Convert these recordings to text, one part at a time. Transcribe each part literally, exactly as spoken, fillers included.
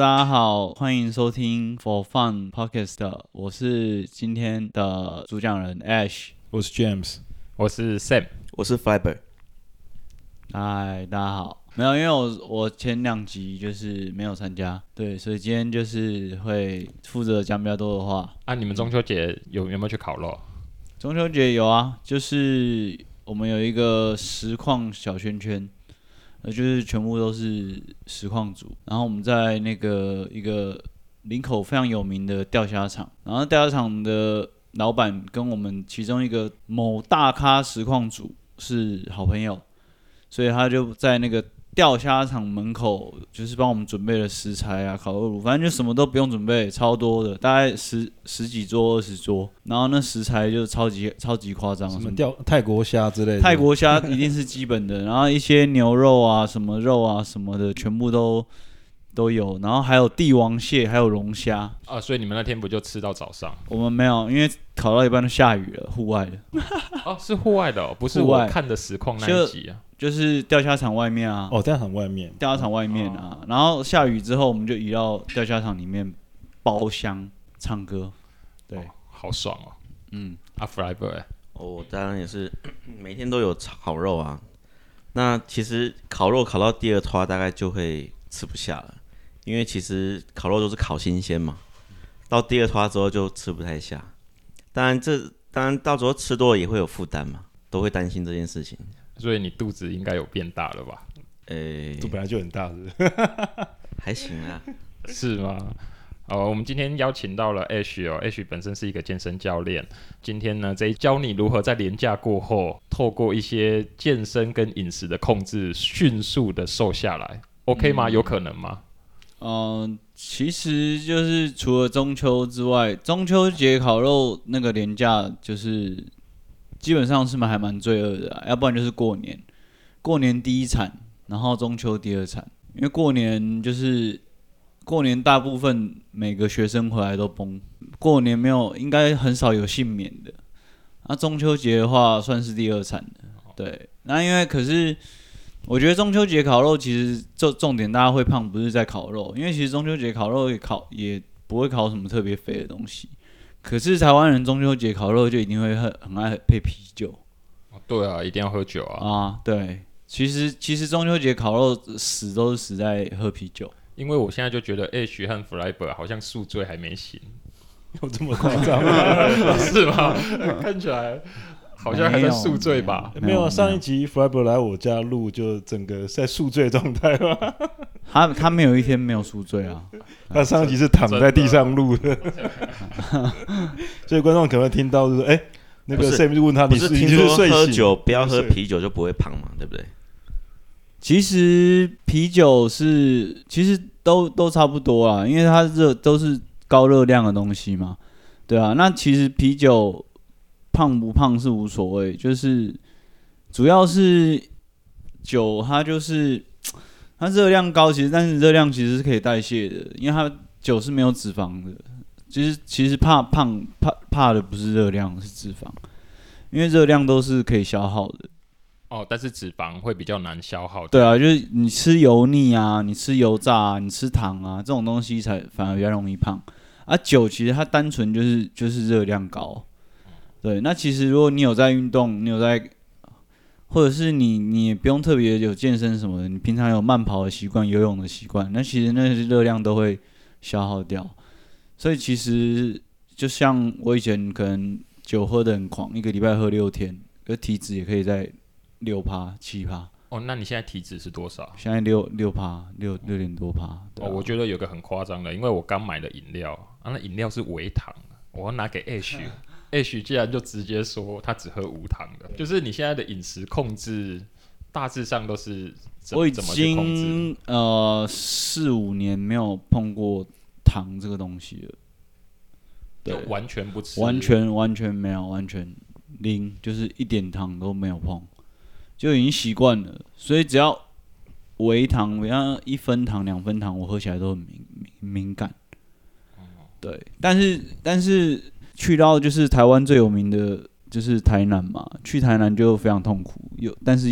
大家好，欢迎收听 For Fun Podcast， 我是今天的主讲人 Ash， 我是 James， 我是 Sam， 我是 Fiber。 嗨，大家好。没有，因为我我前两集就是没有参加，对，所以今天就是会负责讲比较多的话。 啊，你们中秋节有有没有去烤肉？ 中秋节有啊，就是我们有一个实况小圈圈。呃，就是全部都是实况组，然后我们在那个一个林口非常有名的钓虾场，然后钓虾场的老板跟我们其中一个某大咖实况组是好朋友，所以他就在那个钓虾场门口，就是帮我们准备了食材啊、烤肉炉，反正就什么都不用准备，超多的，大概十十几桌、二十桌，然后那食材就超级超级夸张， 什么钓泰国虾之类的， 泰国虾一定是基本的，然后一些牛肉啊、什么肉啊什么的，全部都都有，然后还有帝王蟹，还有龙虾啊，所以你们那天不就吃到早上？ 我们没有，因为烤到一半都下雨了，户外的。 哦，是户外的哦，不是我看的实况那一集啊。 就是钓虾场外面啊， 哦，钓虾场外面， 钓虾场外面啊，哦、然后下雨之后，我们就移到钓虾场里面包厢唱歌，对，哦、 好爽哦。嗯，啊 ，Flyber， 哦，当然也是每天都有烤肉啊。那其实烤肉烤到第二拖大概就会吃不下了，因为其实烤肉都是烤新鲜嘛，到第二拖之后就吃不太下。当然这当然到时候吃多了也会有负担嘛，都会担心这件事情。 所以你肚子应该有变大了吧？ 诶、欸， 肚本来就很大，是不是？ 还行啊， 是吗？哦，我们今天邀请到了 Ash 哦 ，Ash 本身是一个健身教练。今天呢，这教你如何在连假过后，透过一些健身跟饮食的控制，迅速的瘦下来 ，OK 吗？嗯、有可能吗？ 嗯、呃，其实就是除了中秋之外，中秋节烤肉那个连假就是基本上是还蛮罪恶的、啊，要不然就是过年，过年第一产，然后中秋第二产，因为过年就是过年大部分每个学生回来都崩，过年没有应该很少有幸免的，那、啊、中秋节的话算是第二产的，对，那因为可是。我觉得中秋节烤肉其实重重点大家会胖不是在烤肉，因为其实中秋节烤肉也烤也不会烤什么特别肥的东西，可是台湾人中秋节烤肉就一定会很很爱配啤酒。 对啊，一定要喝酒啊。 啊，对，其实其实中秋节烤肉死都是死在喝啤酒。 因为我现在就觉得 Ash 和 Flyber 好像宿醉还没醒， 有这么夸张吗？ 是吗？看起来。好像还在宿醉吧？ 没有，没有上一集 Flyber 来我家录，就整个在宿醉状态嘛。 他他没有一天没有宿醉啊。 他上一集是躺在地上录的，所以观众可能会听到就是哎、欸，那个 Sam 就问他，你是听说喝酒不要喝啤酒就不会胖嘛，对不对？ 其实啤酒是其实都都差不多啦，因为它热都是高热量的东西嘛，对啊。那其实啤酒。胖不胖是无所谓，就是主要是酒，它就是它热量高，其实但是热量其实是可以代谢的，因为它酒是没有脂肪的。其实其实怕胖怕怕的不是热量，是脂肪，因为热量都是可以消耗的。 哦，但是脂肪会比较难消耗。 对啊，就是你吃油腻啊，你吃油炸啊，你吃糖啊，这种东西才反而比较容易胖。啊，酒其实它单纯就是就是热量高。对，那其实如果你有在运动，你有在，或者是你你也不用特别有健身什么的，你平常有慢跑的习惯、游泳的习惯，那其实那些热量都会消耗掉。所以其实就像我以前可能酒喝得很狂，一个礼拜喝六天，可是体脂也可以在六趴、七趴。 哦，那你现在体脂是多少？ 现在六六趴，六六点多趴、啊。 哦，我觉得有个很夸张的，因为我刚买的饮料，啊，那饮料是微糖，我要拿给 Ash。Ash 既然就直接说他只喝无糖的，就是你现在的饮食控制大致上都是怎我已怎么去控制？ 呃四五年没有碰过糖这个东西了， 对，完全不吃， 完全完全没有，完全零，就是一点糖都没有碰，就已经习惯了，所以只要微糖，比方一分糖、两分糖，我喝起来都很敏敏感。对，但是但是去到就是台湾最有名的就是台南嘛，去台南就非常痛苦，又但是又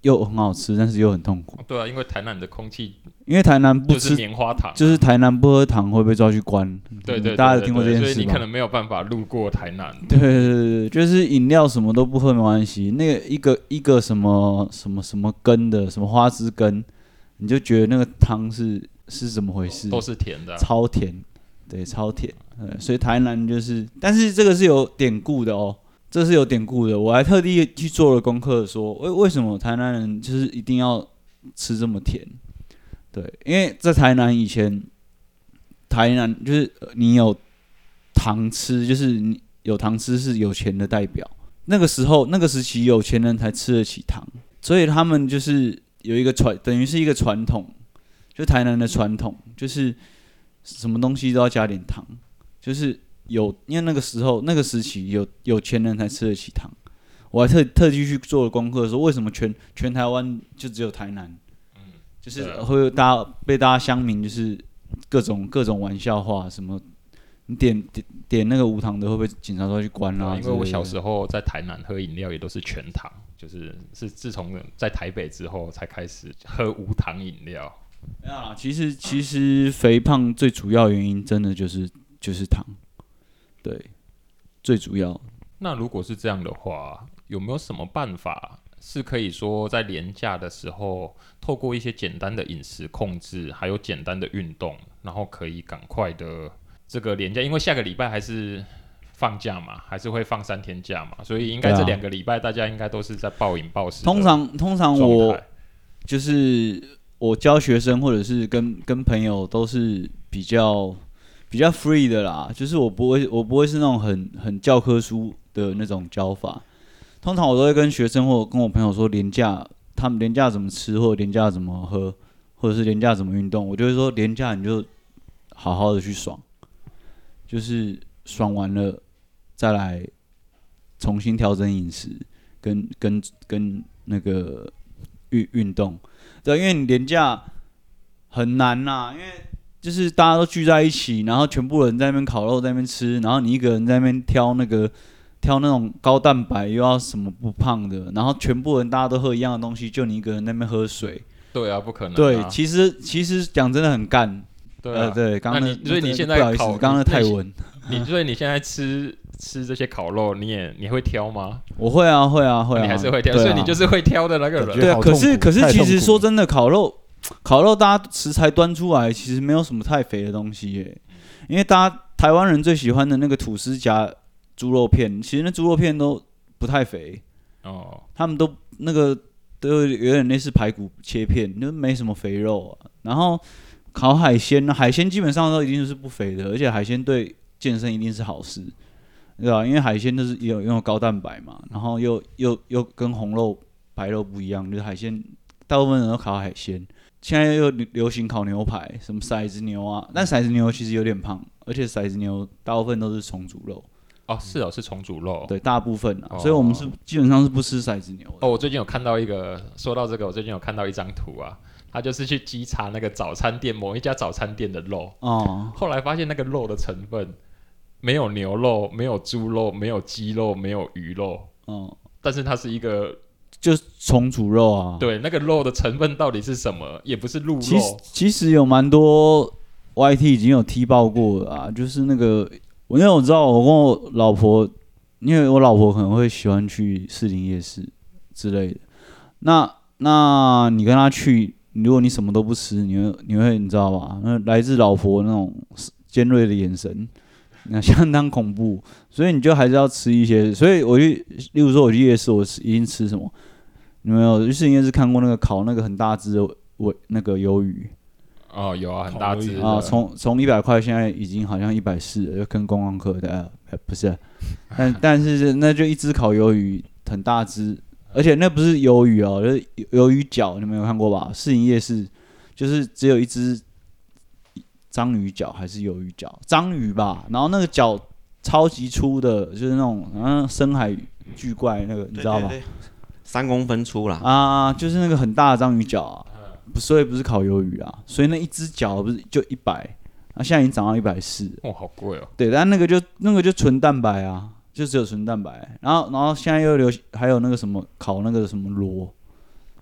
又很好吃，但是又很痛苦。 对啊，因为台南的空气因为台南不吃就是棉花糖、啊， 就是台南不喝糖会被抓去关。 对 对, 对, 对, 对， 大家有听过这件事吗？ 所以你可能没有办法路过台南。 对对对对，就是饮料什么都不喝没关系，那个一个一个什么什么什么根的，什么花枝根，你就觉得那个汤是是怎么回事？ 都是甜的、啊， 超甜，对，超甜。所以台南就是，但是这个是有典故的哦。这是有典故的，我还特地去做了功课，说为为什么台南人就是一定要吃这么甜？对，因为在台南以前，台南就是你有糖吃，就是你有糖吃是有钱的代表。那个时候那个时期有钱人才吃得起糖，所以他们就是有一个传，等于是一个传统，就台南的传统，就是什么东西都要加点糖，就是。有，因为那个时候那个时期有有钱人才吃得起糖，我还特特地去做了功课，说为什么全全台湾就只有台南，嗯、就是会大家被大家乡民就是各种各种玩笑话，什么你点点点那个无糖的会不会警察都要去关啊？ 因为我小时候在台南喝饮料也都是全糖，就是是自从在台北之后才开始喝无糖饮料。 没有啦，其实其实肥胖最主要原因真的就是就是糖。对，最主要。 那如果是这样的话，有没有什么办法是可以说在连假的时候，透过一些简单的饮食控制，还有简单的运动，然后可以赶快的这个连假？因为下个礼拜还是放假嘛，还是会放三天假嘛，所以应该这两个礼拜大家应该都是在暴饮暴食。 通常通常我就是我教学生或者是跟跟朋友都是比较。比较 free 的啦，就是我不会，我不会是那种很很教科书的那种教法。通常我都会跟学生或跟我朋友说，连假他们连假怎么吃，或者连假怎么喝，或者是连假怎么运动，我就会说连假你就好好的去爽，就是爽完了再来重新调整饮食跟跟跟那个运运动。对，因为你连假很难呐、啊，因为。就是大家都聚在一起，然后全部人在那边烤肉，在那边吃，然后你一个人在那边挑那个挑那种高蛋白又要什么不胖的，然后全部人大家都喝一样的东西，就你一个人在那边喝水。 对啊，不可能、啊。 对，其实其实讲真的很干。 对啊， 呃、对，刚刚所以你现在不好意思，刚刚太温。 你所以你现在吃吃这些烤肉，你也你会挑吗？ 我会啊，会啊，会啊。 你还是会挑，啊、所以你就是会挑的那个人。 对啊，可是可是其实说真的，烤肉。烤肉大家食材端出来，其实没有什么太肥的东西耶，因为大家台湾人最喜欢的那个吐司夹猪肉片，其实那猪肉片都不太肥哦，他们都那个都有点类似排骨切片，就没什么肥肉啊。然后烤海鲜呢，海鲜基本上都一定是不肥的，而且海鲜对健身一定是好事，对吧？因为海鲜都是有拥有高蛋白嘛，然后又又又跟红肉白肉不一样，就是海鲜大部分人都烤海鲜。现在又流行烤牛排，什么骰子牛啊，但骰子牛其实有点胖，而且骰子牛大部分都是重组肉。 哦，是哦，是重组肉。 对，大部分啊，哦、所以我们是基本上是不吃骰子牛的。 哦，我最近有看到一个，说到这个，我最近有看到一张图啊，他就是去稽查那个早餐店某一家早餐店的肉，哦，后来发现那个肉的成分没有牛肉，没有猪肉，没有鸡肉，没有鱼肉，哦，但是它是一个。 就是重组肉啊， 对，那个肉的成分到底是什么？也不是鹿肉。 其实其实有蛮多 Y T 已经有踢爆过了啊，就是那个，因为我知道我跟我老婆，因为我老婆可能会喜欢去士林夜市之类的。那那你跟她去，如果你什么都不吃，你会你会你知道吧？那来自老婆那种尖锐的眼神。那相当恐怖，所以你就还是要吃一些。所以我去，例如说我去夜市，我一定吃什么？你们有去士林夜市看过那个烤那个很大只的尾那个鱿鱼？ 哦，有啊，很大只啊，从从一百块现在已经好像一百四了，就跟观光客的、呃、不是，但但是那就一只烤鱿鱼很大只，而且那不是鱿鱼哦，就是鱿鱼脚，你们有看过吧？士林夜市就是只有一只。章鱼脚还是鱿鱼脚？章鱼吧，然后那个脚超级粗的，就是那种嗯深海巨怪那个，你知道吗？ 对对对三公分粗啦。 啊，就是那个很大的章鱼脚啊，不，所以不是烤鱿鱼啊，所以那一只脚不是就一百，那现在已经涨到一百四。 哇，好贵哦。 对，但那个就那个就纯蛋白啊，就只有纯蛋白。然后然后现在又流还有那个什么烤那个什么螺，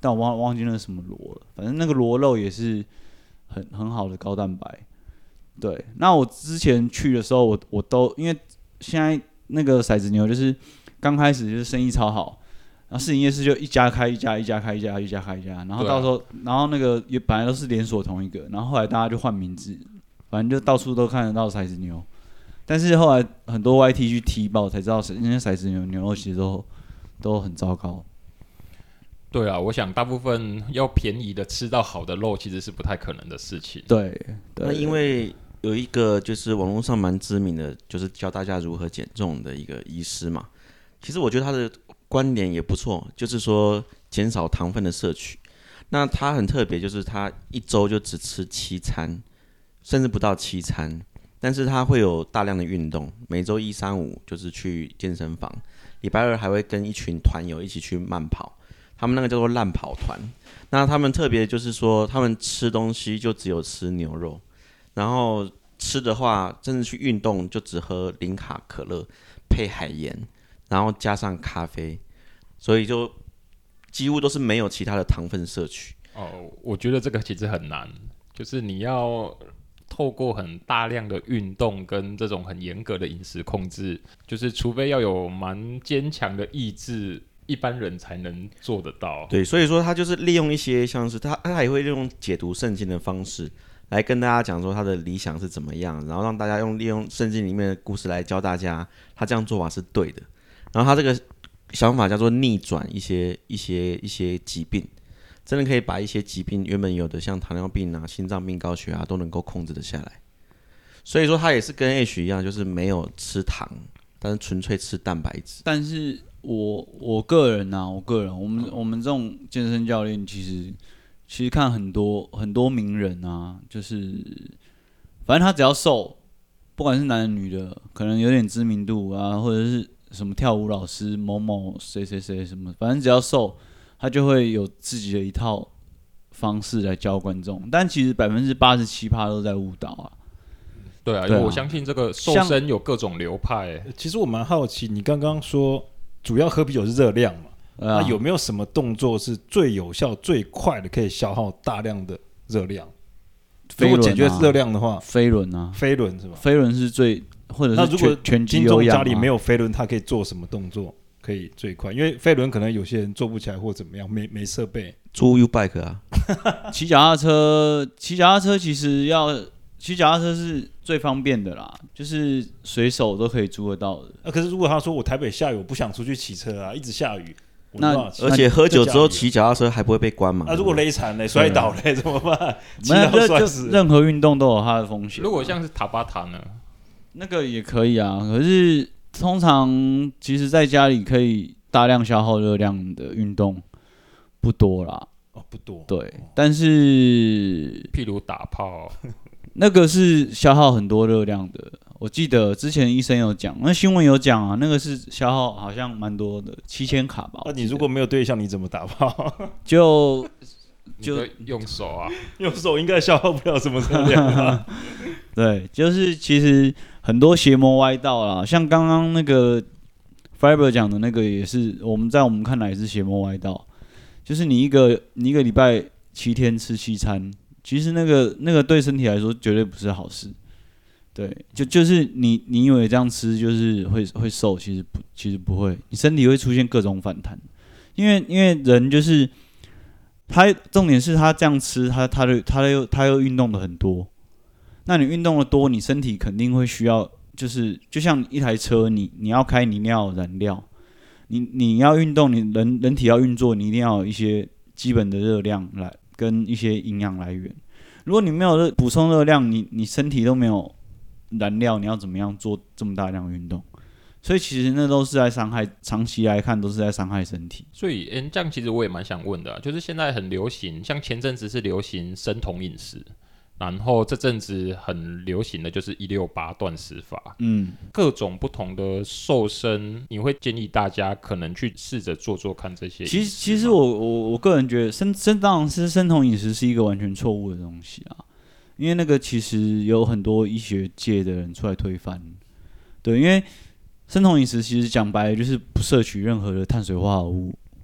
但我忘忘记那是什么螺了。反正那个螺肉也是很很好的高蛋白。对，那我之前去的时候，我我都因为现在那个骰子牛就是刚开始就是生意超好。然后市营夜市就一家开一家，一家开一家，一家开一家，然后到时候，啊、然后那个也本来都是连锁同一个，然后后来大家就换名字，反正就到处都看得到骰子牛。但是后来很多 Y T 去踢爆才知道，那些骰子牛牛肉其实都都很糟糕。 对啊，我想大部分要便宜的吃到好的肉，其实是不太可能的事情。 对，对那因为有一个就是网络上蛮知名的，就是教大家如何减重的一个医师嘛。其实我觉得他的观点也不错，就是说减少糖分的摄取。那他很特别，就是他一周就只吃七餐，甚至不到七餐，但是他会有大量的运动，每周一、三、五就是去健身房，礼拜二还会跟一群团友一起去慢跑，他们那个叫做烂跑团。那他们特别就是说，他们吃东西就只有吃牛肉，然后吃的话，甚至去运动就只喝零卡可乐配海盐。然后加上咖啡，所以就几乎都是没有其他的糖分摄取。 哦，我觉得这个其实很难，就是你要透过很大量的运动跟这种很严格的饮食控制，就是除非要有蛮坚强的意志，一般人才能做得到。 对，所以说他就是利用一些像是他，他也会利用解读圣经的方式来跟大家讲说他的理想是怎么样，然后让大家用利用圣经里面的故事来教大家他这样做法是对的。然后他这个想法叫做逆转一些一些一些疾病，真的可以把一些疾病原本有的像糖尿病啊、心脏病、高血压都能够控制得下来。所以说他也是跟 H 一样，就是没有吃糖，但是纯粹吃蛋白质。 但是我我个人啊，我个人，我们我们这种健身教练，其实其实看很多很多名人啊，就是反正他只要瘦，不管是男的女的，可能有点知名度啊，或者是什么跳舞老师某某谁谁谁什么，反正只要瘦，他就会有自己的一套方式来教观众。但其实百分之八十七趴都在误导啊。 对啊，因为我相信这个瘦身有各种流派、欸。 其实我蛮好奇，你刚刚说主要喝啤酒是热量嘛？啊、那有没有什么动作是最有效、最快的，可以消耗大量的热量？如果解决热量的话， 飞轮啊， 飞轮是吧？ 飞轮是最，或者是那如果拳击有氧、啊、 家里没有飞轮，他可以做什么动作可以最快？因为飞轮可能有些人做不起来或怎么样，没没设备。 租 U-Bike 啊， 骑脚踏车，骑脚踏车其实要骑脚踏车是最方便的啦，就是随手都可以租得到的。 啊，可是如果他说我台北下雨，我不想出去骑车啊，一直下雨。 那而且喝酒之后骑脚踏车还不会被关嘛？ 那、啊、如果勒残嘞、摔倒嘞怎么办？ 没有，就就任何运动都有它的风险。 如果像是塔巴塔呢？ 那个也可以啊，可是通常其实在家里可以大量消耗热量的运动不多啦。 哦，不多。 对，但是譬如打炮， 那个是消耗很多热量的。我记得之前医生有讲，那新闻有讲啊，那个是消耗好像蛮多的，七千卡吧。 那、啊、你如果没有对象，你怎么打炮？ 就就用手啊， 用手应该消耗不了什么热量啊。 对，就是其实很多邪魔歪道啦，像刚刚那个 Fiber 讲的那个也是，我们在我们看来也是邪魔歪道，就是你一个你一个礼拜七天吃七餐，其实那个那个对身体来说绝对不是好事。对，就就是你你以为这样吃就是会会瘦，其实不其实不会，你身体会出现各种反弹，因为因为人就是他重点是他这样吃，他他的他又他又运动的很多，那你运动的多，你身体肯定会需要，就是就像一台车，你你要开，你一定要有燃料，你你要运动，你人人体要运作，你一定要有一些基本的热量来跟一些营养来源。如果你没有补充热量，你你身体都没有燃料，你要怎么样做这么大量的运动？所以其实那都是在伤害，长期来看都是在伤害身体。 所以，嗯，这样其实我也蛮想问的、啊，就是现在很流行，像前阵子是流行生酮饮食，然后这阵子很流行的就是一六八断食法，嗯，各种不同的瘦身，你会建议大家可能去试着做做看这些饮食吗？ 其实，其实我我我个人觉得生生当然是生酮饮食是一个完全错误的东西啊。因为那个其实有很多医学界的人出来推翻，对，因为生酮饮食其实讲白了就是不摄取任何的碳水化合物，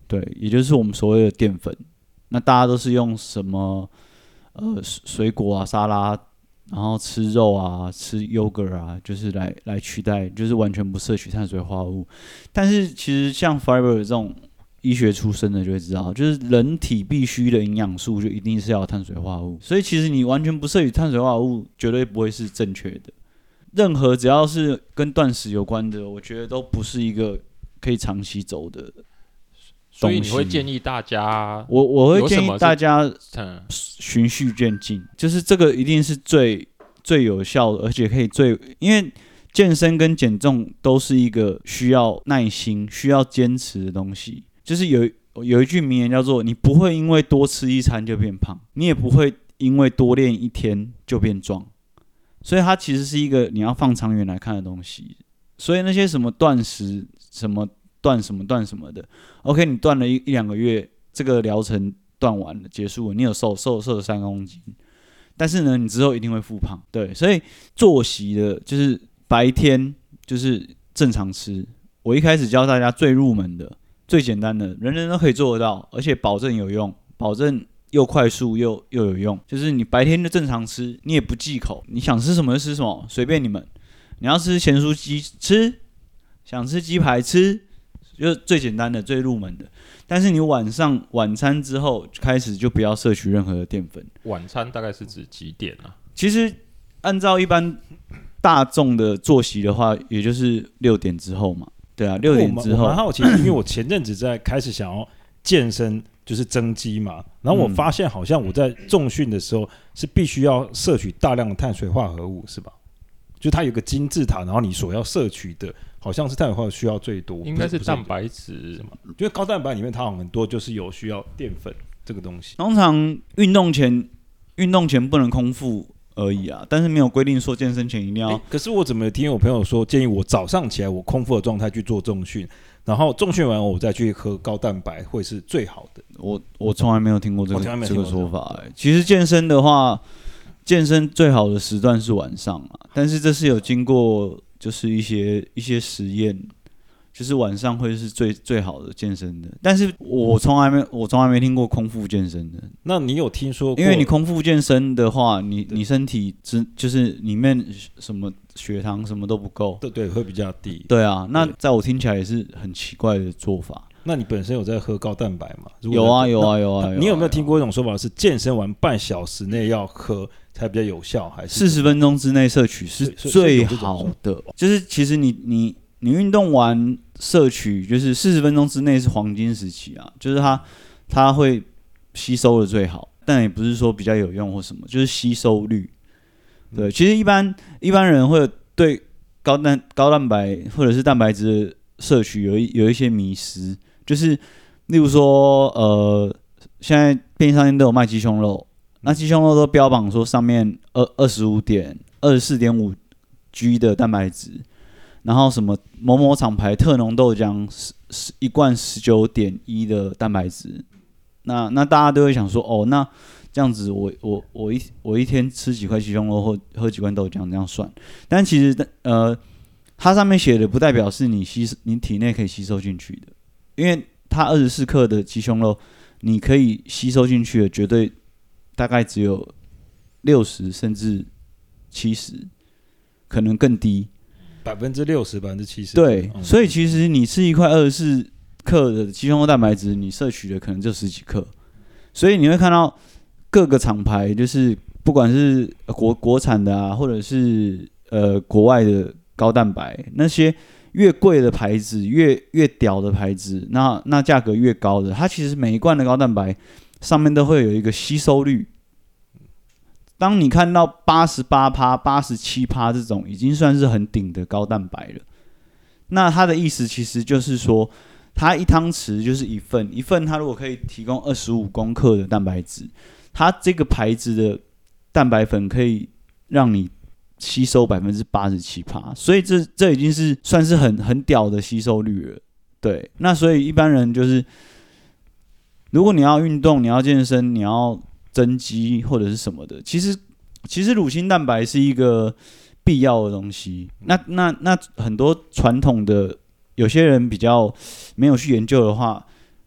对，也就是我们所谓的淀粉。那大家都是用什么呃水果啊、沙拉，然后吃肉啊、吃 yogurt 啊，就是来来取代，就是完全不摄取碳水化合物。但是其实像 Fiber 这种医学出身的就会知道，就是人体必须的营养素就一定是要有碳水化合物，所以其实你完全不摄取碳水化合物，绝对不会是正确的。任何只要是跟断食有关的，我觉得都不是一个可以长期走的。 所以你会建议大家， 我我会建议大家循序渐进，就是这个一定是最最有效的，而且可以最，因为健身跟减重都是一个需要耐心、需要坚持的东西。就是有有一句名言叫做：“你不会因为多吃一餐就变胖，你也不会因为多练一天就变壮。”所以它其实是一个你要放长远来看的东西。所以那些什么断食、什么断什么断什么的 ，OK， 你断了一一两个月，这个疗程断完了，结束了，你有瘦瘦瘦了三公斤，但是呢，你之后一定会复胖。对，所以作息的就是白天就是正常吃。我一开始教大家最入门的。最简单的，人人都可以做得到，而且保证有用，保证又快速又又有用。就是你白天就正常吃，你也不忌口，你想吃什么就吃什么，随便你们。你要吃咸酥鸡吃，想吃鸡排吃，就最简单的、最入门的。但是你晚上晚餐之后开始就不要摄取任何的淀粉。 晚餐大概是指几点啊？ 其实按照一般大众的作息的话，也就是六点之后嘛。对啊，六点之后。 我蛮好奇，因为我前阵子在开始想要健身，就是增肌嘛。然后我发现，好像我在重训的时候是必须要摄取大量的碳水化合物，是吧？就它有个金字塔，然后你所要摄取的，好像是碳水化合物需要最多， 应该是蛋白质嘛。因为高蛋白里面它好像很多就是有需要淀粉这个东西。 通常运动前，运动前不能空腹。而已啊，但是没有规定说健身前一定要。 欸、可是我怎么听我朋友说，建议我早上起来我空腹的状态去做重训，然后重训完我再去喝高蛋白，会是最好的。 我我从来没有听过这个这个说法、欸。其实健身的话，健身最好的时段是晚上啊，但是这是有经过就是一些一些实验。就是晚上会是最最好的健身的，但是我从来没我从来没听过空腹健身的。 那你有听说过？ 因为你空腹健身的话，你你身体只就是里面什么血糖什么都不够， 对对，会比较低。 对啊，那在我听起来也是很奇怪的做法。 那你本身有在喝高蛋白吗？ 有啊有啊有啊。 你有没有听过一种说法是健身完半小时内要喝才比较有效？还是四十分钟之内摄取是最好的？就是其实你你。你运动完摄取就是四十分钟之内是黄金时期啊，就是它它会吸收的最好，但也不是说比较有用或什么，就是吸收率。对，其实一般一般人会对高蛋高蛋白或者是蛋白质的摄取有一有一些迷思，就是例如说呃，现在便利商店都有卖鸡胸肉，那鸡胸肉都标榜说上面二二十五点二十四点五 G 的蛋白质。然后什么某某厂牌特浓豆浆一罐十九点一的蛋白质，那那大家都会想说，哦，那这样子我我我一我一天吃几块鸡胸肉或喝几罐豆浆这样算，但其实呃，它上面写的不代表是你吸你体内可以吸收进去的，因为它二十四克的鸡胸肉，你可以吸收进去的绝对大概只有六十甚至七十，可能更低。 百分之六十、百分之七十。 对、嗯，所以其实你吃一块二十四克的鸡胸肉蛋白质，你摄取的可能就十几克。所以你会看到各个厂牌，就是不管是国国产的啊，或者是呃国外的高蛋白，那些越贵的牌子、越越屌的牌子，那那价格越高的，它其实每一罐的高蛋白上面都会有一个吸收率。当你看到 百分之八十八、百分之八十七 这种已经算是很顶的高蛋白了，那它的意思其实就是说，它一汤匙就是一份，一份它如果可以提供二十五公克的蛋白质，它这个牌子的蛋白粉可以让你吸收 百分之八十七， 所以这这已经是算是很很屌的吸收率了。对，那所以一般人就是，如果你要运动、你要健身、你要增肌或者是什么的，其实其实乳清蛋白是一个必要的东西。那那那很多传统的有些人比较没有去研究的话，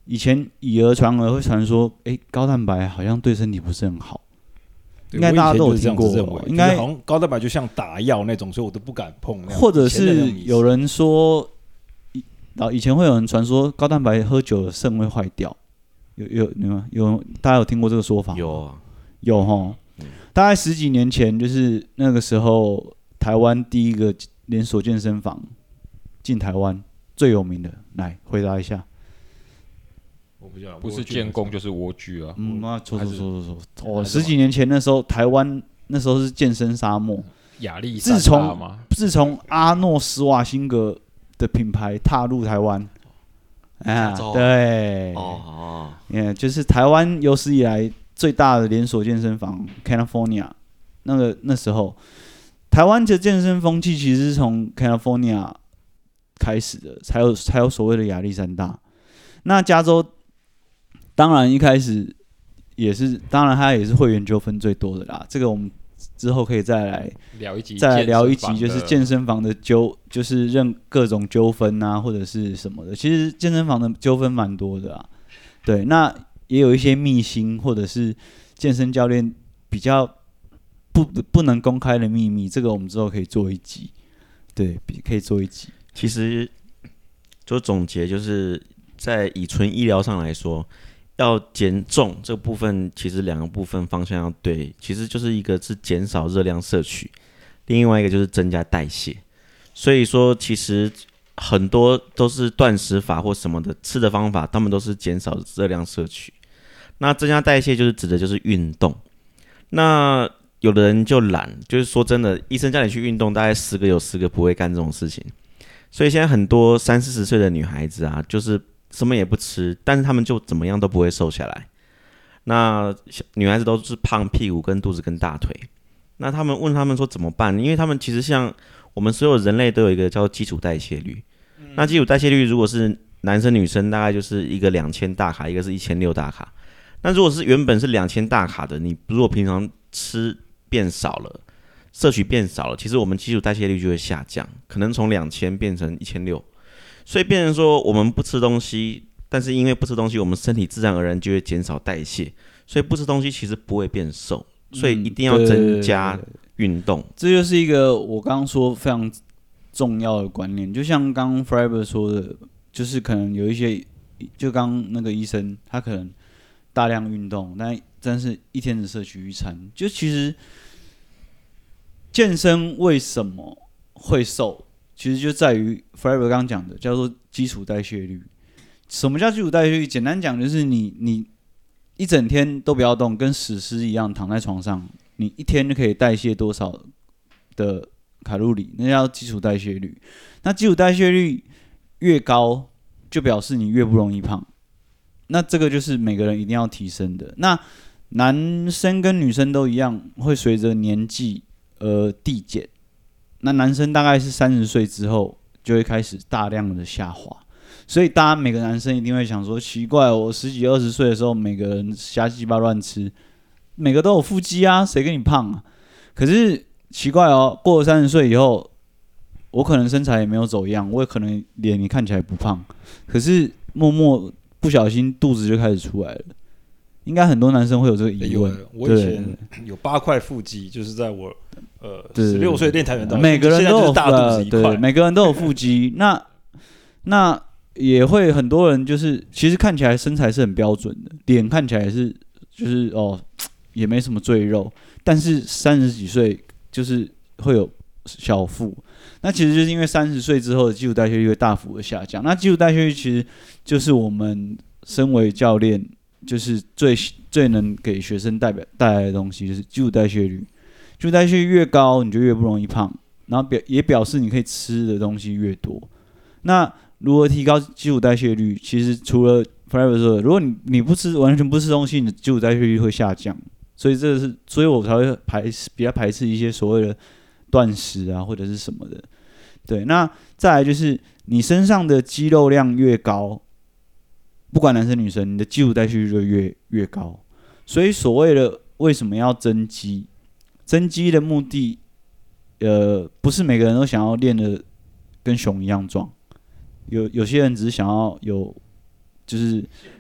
以前以讹传讹会传说，哎、欸，高蛋白好像对身体不是很好。应该大家都有听过，应该好像高蛋白就像打药那种，所以我都不敢碰。 或者是有人说，以前会有人传说高蛋白喝酒了肾会坏掉，有有有有，大家有听过这个说法吗？ 有啊， 有齁。大概十几年前，就是那个时候，台湾第一个连锁健身房进台湾最有名的，来回答一下。 我不知道， 不是建工就是蜗居啊。 嗯，那错错错错错。哦，十几年前那时候，台湾那时候是健身沙漠， 亚历山自大吗？ 自从阿诺施瓦辛格的品牌踏入台湾，啊，对，哦，哦，就是台湾有史以来最大的连锁健身房 California， 那个那时候，台湾的健身风气其实是从 California 开始的，才有才有所谓的亚历山大。那加州。当然，一开始也是，当然它也是会员纠纷最多的啦。这个我们之后可以再来聊一集， 再来聊一集，就是健身房的纠，就是任各种纠纷啊，或者是什么的。其实健身房的纠纷蛮多的啊。对，那也有一些秘辛，或者是健身教练比较不不能公开的秘密，这个我们之后可以做一集。对，可以做一集。 其实就总结，就是在以纯医疗上来说。要减重这部分，其实两个部分方向要对，其实就是一个是减少热量摄取，另外一个就是增加代谢。所以说，其实很多都是断食法或什么的吃的方法，他们都是减少热量摄取。那增加代谢就是指的就是运动。那有的人就懒，就是说真的，医生叫你去运动，大概十个有十个不会干这种事情。所以现在很多三四十岁的女孩子啊，就是。什么也不吃，但是他们就怎么样都不会瘦下来。那女孩子都是胖屁股、跟肚子、跟大腿。那他们问他们说怎么办？因为他们其实像我们所有人类都有一个叫基础代谢率。嗯、那基础代谢率如果是男生女生，大概就是一个两千大卡，一个是一千六大卡。那如果是原本是两千大卡的，你如果平常吃变少了，摄取变少了，其实我们基础代谢率就会下降，可能从两千变成一千六。所以变成说我们不吃东西，但是因为不吃东西，我们身体自然而然就会减少代谢，所以不吃东西其实不会变瘦，所以一定要增加运动。 嗯、这就是一个我刚刚说非常重要的观念，就像刚刚 Forever 说的，就是可能有一些，就刚那个医生他可能大量运动，但但是一天只摄取一餐，就其实健身为什么会瘦？其实就在于 Forever 刚刚讲的，叫做基础代谢率。什么叫基础代谢率？简单讲就是你你一整天都不要动，跟死尸一样躺在床上，你一天就可以代谢多少的卡路里，那叫基础代谢率。那基础代谢率越高，就表示你越不容易胖。那这个就是每个人一定要提升的。那男生跟女生都一样，会随着年纪而递减。那男生大概是三十岁之后就会开始大量的下滑，所以大家每个男生一定会想说，奇怪，我十几二十岁的时候，每个人瞎鸡巴乱吃，每个都有腹肌啊，谁跟你胖啊？可是奇怪哦，过了三十岁以后，我可能身材也没有走样，我也可能脸你看起来不胖，可是默默不小心肚子就开始出来了。应该很多男生会有这个疑问。 我以前有八块腹肌，就是在我呃十六岁练跆拳道， 每个人都有大肚子一块， 对，每个人都有腹肌。那那也会很多人就是其实看起来身材是很标准的，脸看起来也是就是哦也没什么赘肉，但是三十几岁就是会有小腹。那其实就是因为三十岁之后的基础代谢率会大幅的下降。那基础代谢率其实就是我们身为教练。就是最最能给学生代表带来的东西，就是基础代谢率。基础代谢率越高，你就越不容易胖，然后表也表示你可以吃的东西越多。那如何提高基础代谢率？其实除了 Forever 说的，如果你你不吃完全不吃东西，你的基础代谢率会下降。所以这个是，所以我才会排比较排斥一些所谓的断食啊或者是什么的。对，那再来就是你身上的肌肉量越高。不管男生女生，你的基础代谢率就越越高。所以所谓的为什么要增肌？增肌的目的，呃，不是每个人都想要练得跟熊一样壮。有有些人只是想要有，就是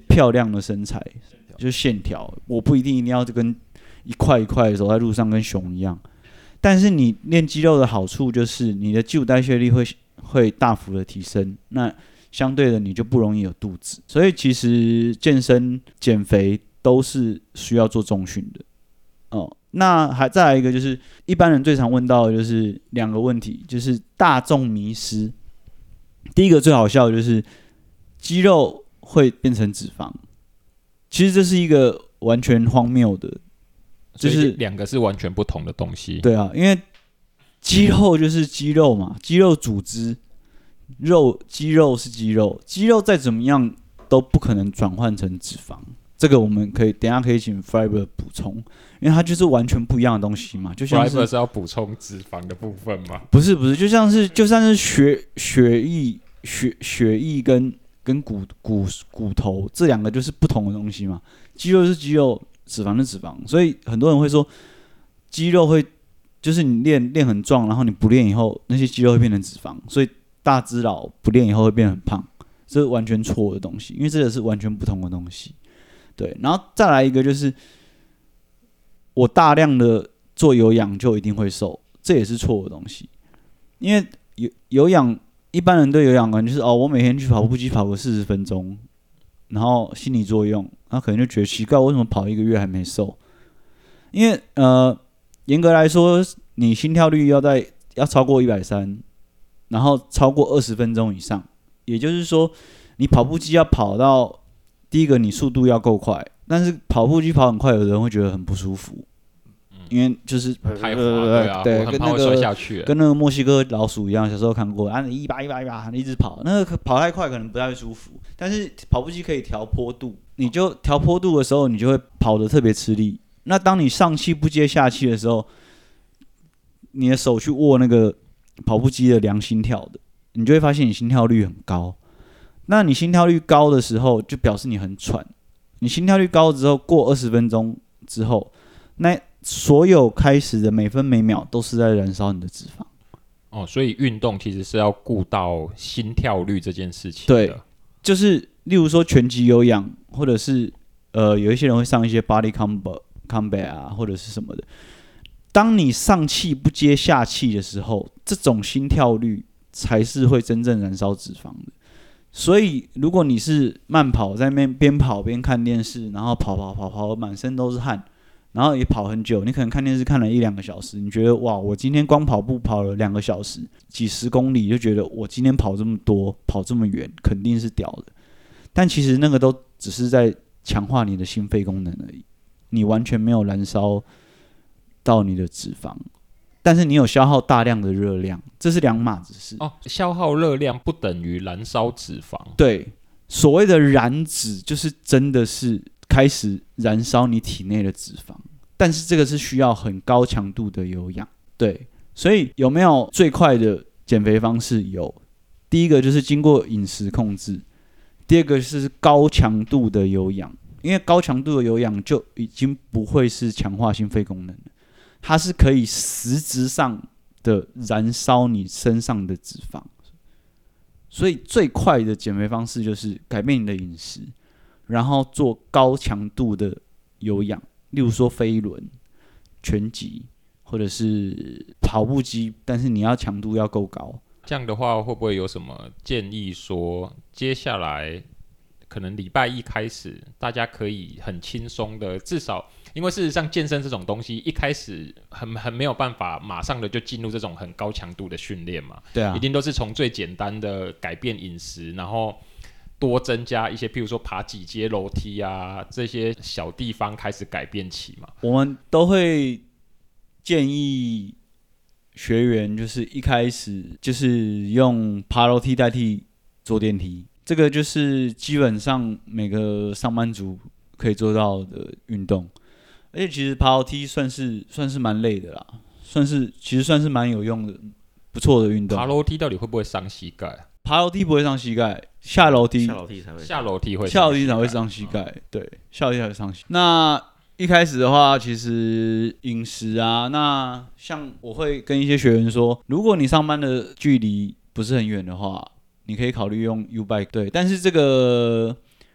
漂亮的身材，就是线条，我不一定一定要跟一块一块的走在路上跟熊一样。但是你练肌肉的好处就是你的基础代谢力会会大幅的提升，那相对的你就不容易有肚子。所以其实健身减肥都是需要做重训的哦。那还再来一个就是一般人最常问到的就是两个问题，就是大众迷思。第一个最好笑的就是肌肉会变成脂肪，其实这是一个完全荒谬的。就是两个是完全不同的东西。 对啊，因为肌肉就是肌肉嘛，肌肉组织，肉肌肉是肌肉，肌肉再怎么样都不可能转换成脂肪。这个我们可以等一下可以请 Fiber 补充，因为它就是完全不一样的东西嘛。就像是 Fiber 是要补充脂肪的部分吗？ 不是不是，就像是就像是血血液血血液跟跟骨骨骨头这两个就是不同的东西嘛。肌肉是肌肉。脂肪是脂肪，所以很多人会说肌肉会就是你练练很壮，然后你不练以后那些肌肉会变成脂肪，所以大只佬不练以后会变得很胖，这是完全错的东西，因为这个是完全不同的东西。对，然后再来一个就是我大量的做有氧就一定会瘦，这也是错的东西，因为有有氧一般人对有氧感觉就是哦，我每天去跑步机跑个四十分钟。然后心理作用，他可能就觉得奇怪，为什么跑一个月还没瘦？因为呃，严格来说，你心跳率要在要超过一百三，然后超过二十分钟以上，也就是说，你跑步机要跑到第一个，你速度要够快，但是跑步机跑很快，有的人会觉得很不舒服，因为就是太滑，对啊， 对， 跟那个跟那个墨西哥老鼠一样，小时候看过，啊，一把一把一把一直跑，那个跑太快可能不太会舒服。但是跑步机可以调坡度，你就调坡度的时候，你就会跑得特别吃力。那当你上气不接下气的时候，你的手去握那个跑步机的量心跳的，你就会发现你心跳率很高。那你心跳率高的时候，就表示你很喘。你心跳率高之后，过二十分钟之后，那所有开始的每分每秒都是在燃烧你的脂肪。 哦，所以运动其实是要顾到心跳率这件事情的。 对。就是例如说拳击有氧，或者是呃有一些人会上一些 body combat combat 啊，或者是什么的。当你上气不接下气的时候，这种心跳率才是会真正燃烧脂肪的。所以如果你是慢跑，在那边边跑边看电视，然后跑跑跑跑满身都是汗，然后也跑很久，你可能看电视看了一两个小时，你觉得哇，我今天光跑步跑了两个小时，几十公里，就觉得我今天跑这么多，跑这么远，肯定是屌的。但其实那个都只是在强化你的心肺功能而已，你完全没有燃烧到你的脂肪，但是你有消耗大量的热量，这是两码子事。 哦，消耗热量不等于燃烧脂肪。 对，所谓的燃脂就是真的是开始燃烧你体内的脂肪，但是这个是需要很高强度的有氧。对，所以有没有最快的减肥方式？有，第一个就是经过饮食控制，第二个是高强度的有氧，因为高强度的有氧就已经不会是强化心肺功能了，它是可以实质上的燃烧你身上的脂肪。所以最快的减肥方式就是改变你的饮食，然后做高强度的有氧，例如说飞轮、拳击或者是跑步机，但是你要强度要够高。 这样的话，会不会有什么建议说，接下来可能礼拜一开始，大家可以很轻松的，至少因为事实上健身这种东西，一开始很很没有办法马上的就进入这种很高强度的训练嘛， 对啊， 一定都是从最简单的改变饮食，然后多增加一些，譬如说爬几阶楼梯啊，这些小地方开始改变起嘛。 我们都会建议学员，就是一开始就是用爬楼梯代替坐电梯，这个就是基本上每个上班族可以做到的运动。而且其实爬楼梯算是算是蛮累的啦，算是其实算是蛮有用的，不错的运动。 爬楼梯到底会不会伤膝盖？ 爬楼梯不会伤膝盖，下楼梯下楼梯才会下楼梯会下楼梯才会伤膝盖，嗯、对，下楼梯才会伤膝盖。那一开始的话，其实饮食啊，那像我会跟一些学员说，如果你上班的距离不是很远的话，你可以考虑用 U-Bike， 对，但是这个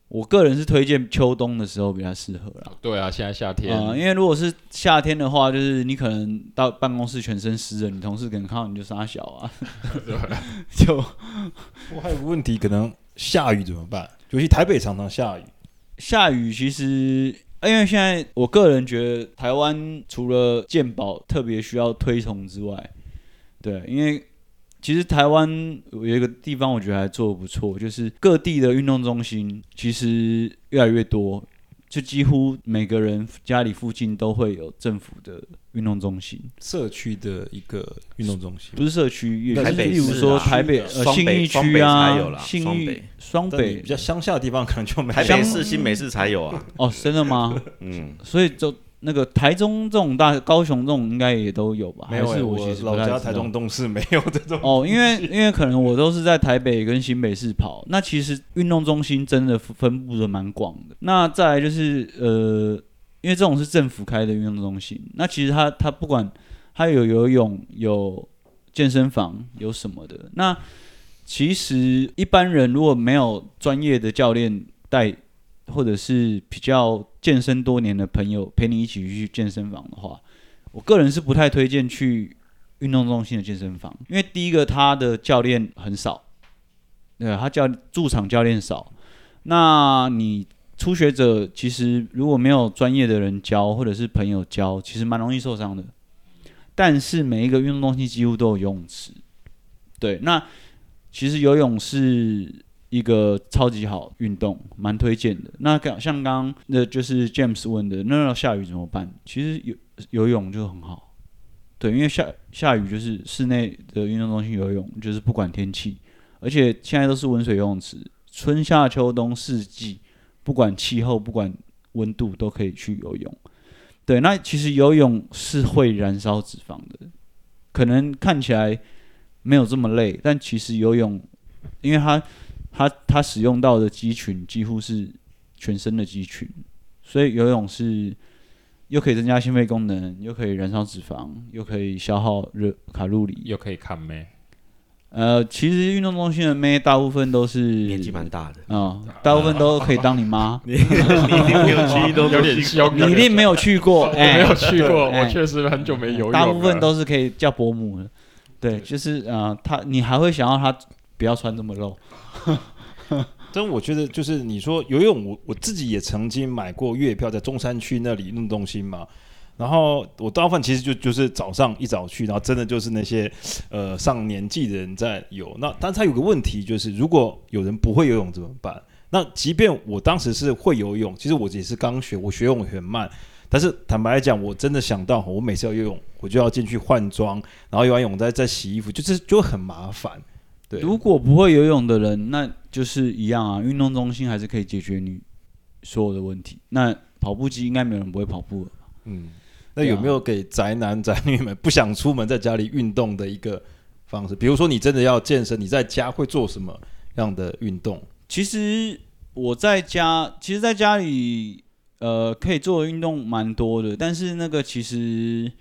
我个人是推荐秋冬的时候比较适合啦。 对啊，现在夏天， 呃，因为如果是夏天的话，就是你可能到办公室全身湿了，你同事可能看到你就傻小啊，就。 我还有个问题，可能下雨怎么办？尤其台北常常下雨。 下雨其实。因为现在我个人觉得台湾除了健保特别需要推崇之外，对，因为其实台湾有一个地方我觉得还做得不错，就是各地的运动中心其实越来越多，就几乎每个人家里附近都会有政府的运动中心， 社区的一个运动中心， 不是社区， 台北例如说台北呃信义区啊，信义双北比较乡下的地方可能就没。 台北市、新北市才有啊。 哦，真的吗？ 嗯， 所以就那个台中这种大，高雄这种应该也都有吧？ 没有， 还是我其实老家台中东市没有这种。 哦，因为因为可能我都是在台北跟新北市跑，那其实运动中心真的分布的蛮广的。那再来就是呃，因为这种是政府开的运动中心，那其实它它不管它有游泳、有健身房、有什么的，那其实一般人如果没有专业的教练带，或者是比较健身多年的朋友陪你一起去健身房的话，我个人是不太推荐去运动中心的健身房，因为第一个他的教练很少，对，他教驻场教练少，那你初学者其实如果没有专业的人教或者是朋友教，其实蛮容易受伤的。但是每一个运动中心几乎都有游泳池，对，那其实游泳是一个超级好运动，蛮推荐的。那像刚刚的就是 James 问的，那要下雨怎么办？其实游游泳就很好，对，因为下下雨就是室内的运动中心游泳，就是不管天气，而且现在都是温水游泳池，春夏秋冬四季，不管气候，不管温度都可以去游泳。对，那其实游泳是会燃烧脂肪的，可能看起来没有这么累，但其实游泳，因为它它它使用到的肌群几乎是全身的肌群，所以游泳是又可以增加心肺功能，又可以燃烧脂肪，又可以消耗热卡路里， 又可以看妹。 呃，其实运动中心的妹大部分都是年纪蛮大的， 嗯，大部分都可以当你妈。 你你一定没有去，都有点凶， 你一定没有去过， 哎、没有去过，我确实很久没游泳了。 大部分都是可以叫伯母的，对，就是呃，他你还会想要他不要穿这么露。 但我觉得就是你说游泳，我我自己也曾经买过月票，在中山区那里运动中心嘛。然后我大部分其实就就是早上一早去，然后真的就是那些呃上年纪的人在游。那但是他有个问题就是，如果有人不会游泳怎么办？那即便我当时是会游泳，其实我也是刚学，我学泳很慢。但是坦白来讲，我真的想到我每次要游泳，我就要进去换装，然后游完泳再再洗衣服，就是就很麻烦。对， 如果不会游泳的人，那就是一样啊，运动中心还是可以解决你所有的问题。那跑步机应该没有人不会跑步了。 嗯。那有没有给宅男宅女们不想出门在家里运动的一个方式？比如说你真的要健身，你在家会做什么样的运动？ 其实我在家，其实在家里呃可以做的运动蛮多的，但是那个其实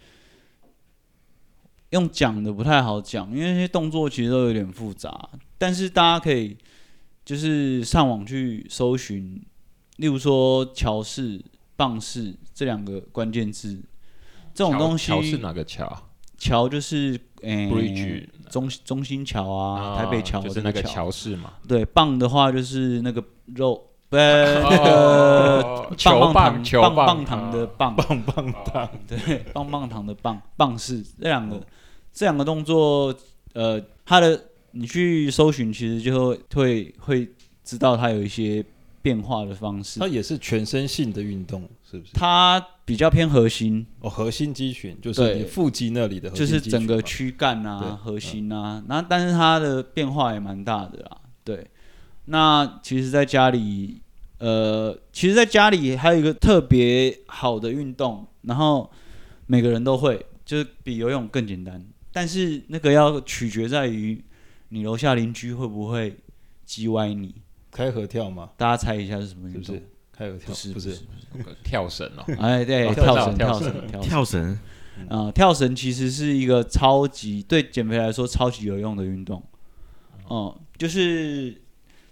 用讲的不太好讲，因为那些动作其实都有点复杂。但是大家可以就是上网去搜寻，例如说桥式、棒式这两个关键字。这种东西， 桥是哪个桥？ 桥就是诶、 欸， 中中心桥啊，哦、台北桥就是那个桥式嘛。 对，棒的话就是那个肉，呃，那个棒棒糖，棒棒糖的棒， 棒棒糖， 对，棒棒糖的棒，棒式这两个，这两个动作，呃，它的你去搜寻，其实就会会会知道它有一些变化的方式。 它也是全身性的运动，是不是？ 它比较偏核心哦，核心肌群就是你腹肌那里的核心肌群， 就是整个躯干啊、核心啊，那、嗯、但是它的变化也蛮大的啦。对，那其实在家里，呃，其实在家里还有一个特别好的运动，然后每个人都会，就是比游泳更简单，但是那个要取决在于你楼下邻居会不会击歪你。 开合跳吗？ 大家猜一下是什么运动？ 是不是开合跳？ 不是， 不是， 不是跳绳哦。 哎，对， 哦、 跳绳， 跳绳， 跳绳。 啊、呃，跳绳其实是一个超级对减肥来说超级有用的运动。哦、嗯，就是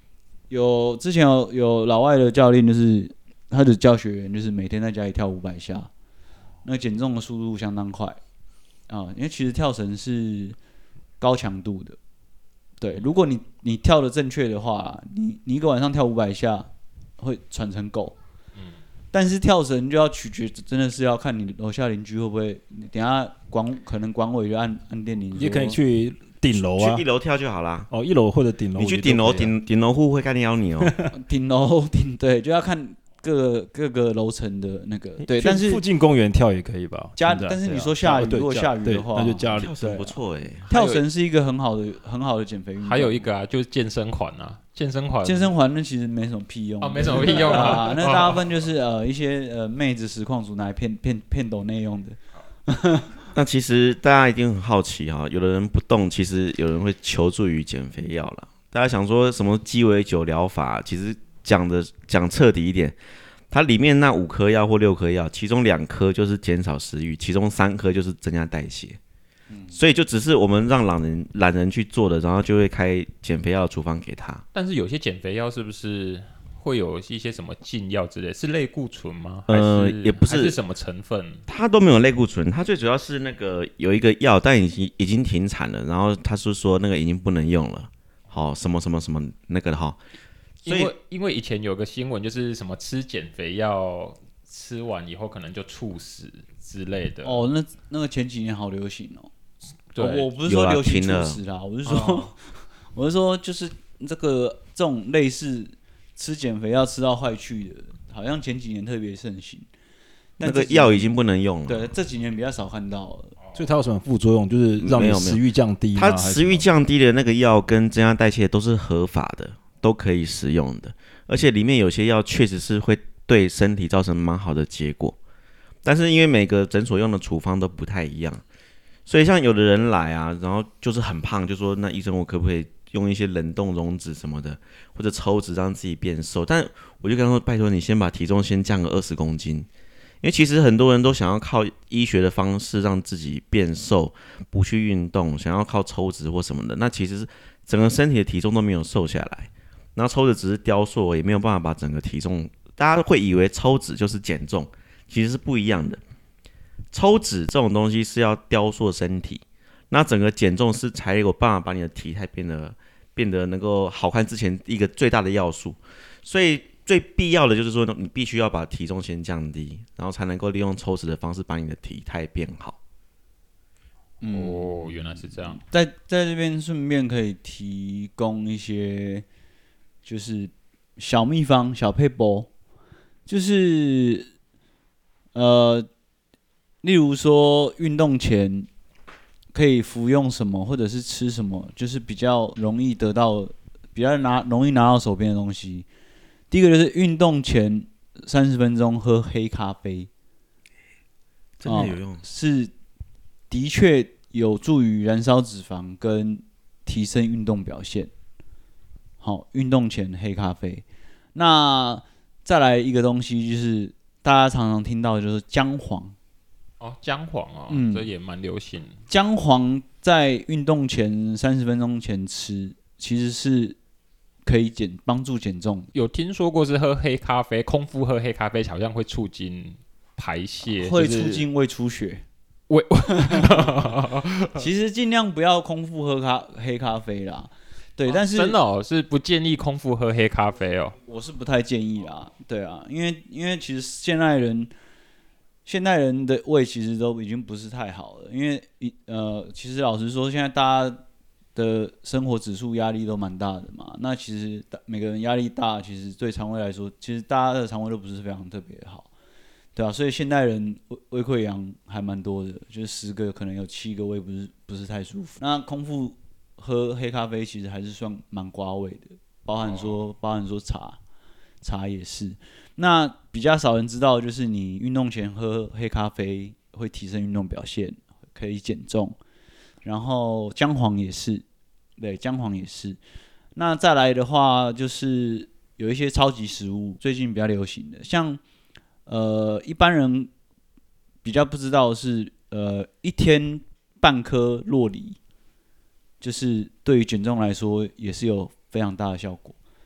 有之前有有老外的教练，就是他的教学员，就是每天在家里跳五百下，那个减重的速度相当快啊，因为其实跳绳是高强度的，对，如果你你跳的正确的话，你你一个晚上跳五百下会喘成狗，嗯，但是跳绳就要取决，真的是要看你楼下邻居会不会，你等一下管可能管委就按按电铃， 也可以去顶楼啊， 去一楼跳就好啦。 哦，一楼或者顶楼， 你去顶楼顶顶楼户会干咬你哦。 顶楼顶对，就要看各个各个楼层的那个对，但是附近公园跳也可以吧？ 家，但是你说下雨，如果下雨的话， 那就家里跳绳不错哎。 跳绳是一个很好的很好的减肥运动。 还有一个啊，就是健身环啊，健身环， 健身环那其实没什么屁用哦，没什么屁用啊。 那大部分就是呃一些呃妹子实况组拿来骗骗骗抖内用的。 那其实大家一定很好奇哈，有的人不动，其实有人会求助于减肥药了。大家想说什么鸡尾酒疗法，其实讲的讲彻底一点，它里面那五颗药或六颗药，其中两颗就是减少食欲，其中三颗就是增加代谢。嗯、所以就只是我们让懒人懒人去做的，然后就会开减肥药的处方给他。 但是有些减肥药是不是会有一些什么禁药之类？是类固醇吗？ 呃，也不是， 还是什么成分？ 它都没有类固醇，它最主要是那个有一个药，但已经已经停产了，然后他是说那个已经不能用了，好、哦、什么什么什么那个哈。 因为因为以前有个新闻，就是什么吃减肥药吃完以后可能就猝死之类的。 哦，那那个前几年好流行哦。 对， 哦、我不是说流行猝死啦，我是说、哦、我是说就是这个这种类似。吃减肥药吃到坏去的，好像前几年特别盛行。 那个药已经不能用了。 对，这几年比较少看到了。 所以它有什么副作用？就是让你食欲降低吗？ 它食欲降低的那个药跟增加代谢都是合法的，都可以使用的。而且里面有些药确实是会对身体造成蛮好的结果。但是因为每个诊所用的处方都不太一样，所以像有的人来啊，然后就是很胖，就说那医生我可不可以用一些冷冻溶脂什么的，或者抽脂让自己变瘦？但我就跟他说，拜托你先把体重先降个二十公斤，因为其实很多人都想要靠医学的方式让自己变瘦，不去运动，想要靠抽脂或什么的，那其实整个身体的体重都没有瘦下来，然后抽脂只是雕塑，也没有办法把整个体重，大家会以为抽脂就是减重，其实是不一样的。抽脂这种东西是要雕塑身体，那整个减重是才有办法把你的体态变得变得能够好看之前一个最大的要素，所以最必要的就是说，你必须要把体重先降低，然后才能够利用抽脂的方式把你的体态变好。 嗯、哦，原来是这样。 在在这边顺便可以提供一些就是小秘方、小撇步，就是呃，例如说运动前。可以服用什么，或者是吃什么，就是比较容易得到、比较拿容易拿到手边的东西。第一个就是运动前三十分钟喝黑咖啡， 真的有用，哦、 是的确有助于燃烧脂肪跟提升运动表现。好，运动前黑咖啡。那再来一个东西，就是大家常常听到的就是姜黄。 哦，姜黄哦，嗯，这也蛮流行。 姜黄在运动前三十分钟前吃，其实是可以减帮助减重。 有听说过是喝黑咖啡，空腹喝黑咖啡好像会促进排泄， 会促进胃出血。 胃， 其实尽量不要空腹喝咖黑咖啡啦。对， 哦、 但是真的哦，是不建议空腹喝黑咖啡哦。 我是不太建议啦，对啊，因为因为其实现代人。现代人的胃其实都已经不是太好了，因为呃，其实老实说，现在大家的生活指数压力都蛮大的嘛。那其实每个人压力大，其实对肠胃来说，其实大家的肠胃都不是非常特别好，对啊。所以现代人胃溃疡还蛮多的，就是十个可能有七个胃不是不是太舒服。那空腹喝黑咖啡其实还是算蛮刮胃的，包含说包含说茶，茶也是。那比较少人知道，就是你运动前喝黑咖啡会提升运动表现，可以减重。然后姜黄也是，对，姜黄也是。那再来的话，就是有一些超级食物，最近比较流行的，像呃一般人比较不知道的是，呃一天半颗酪梨，就是对于减重来说也是有非常大的效果。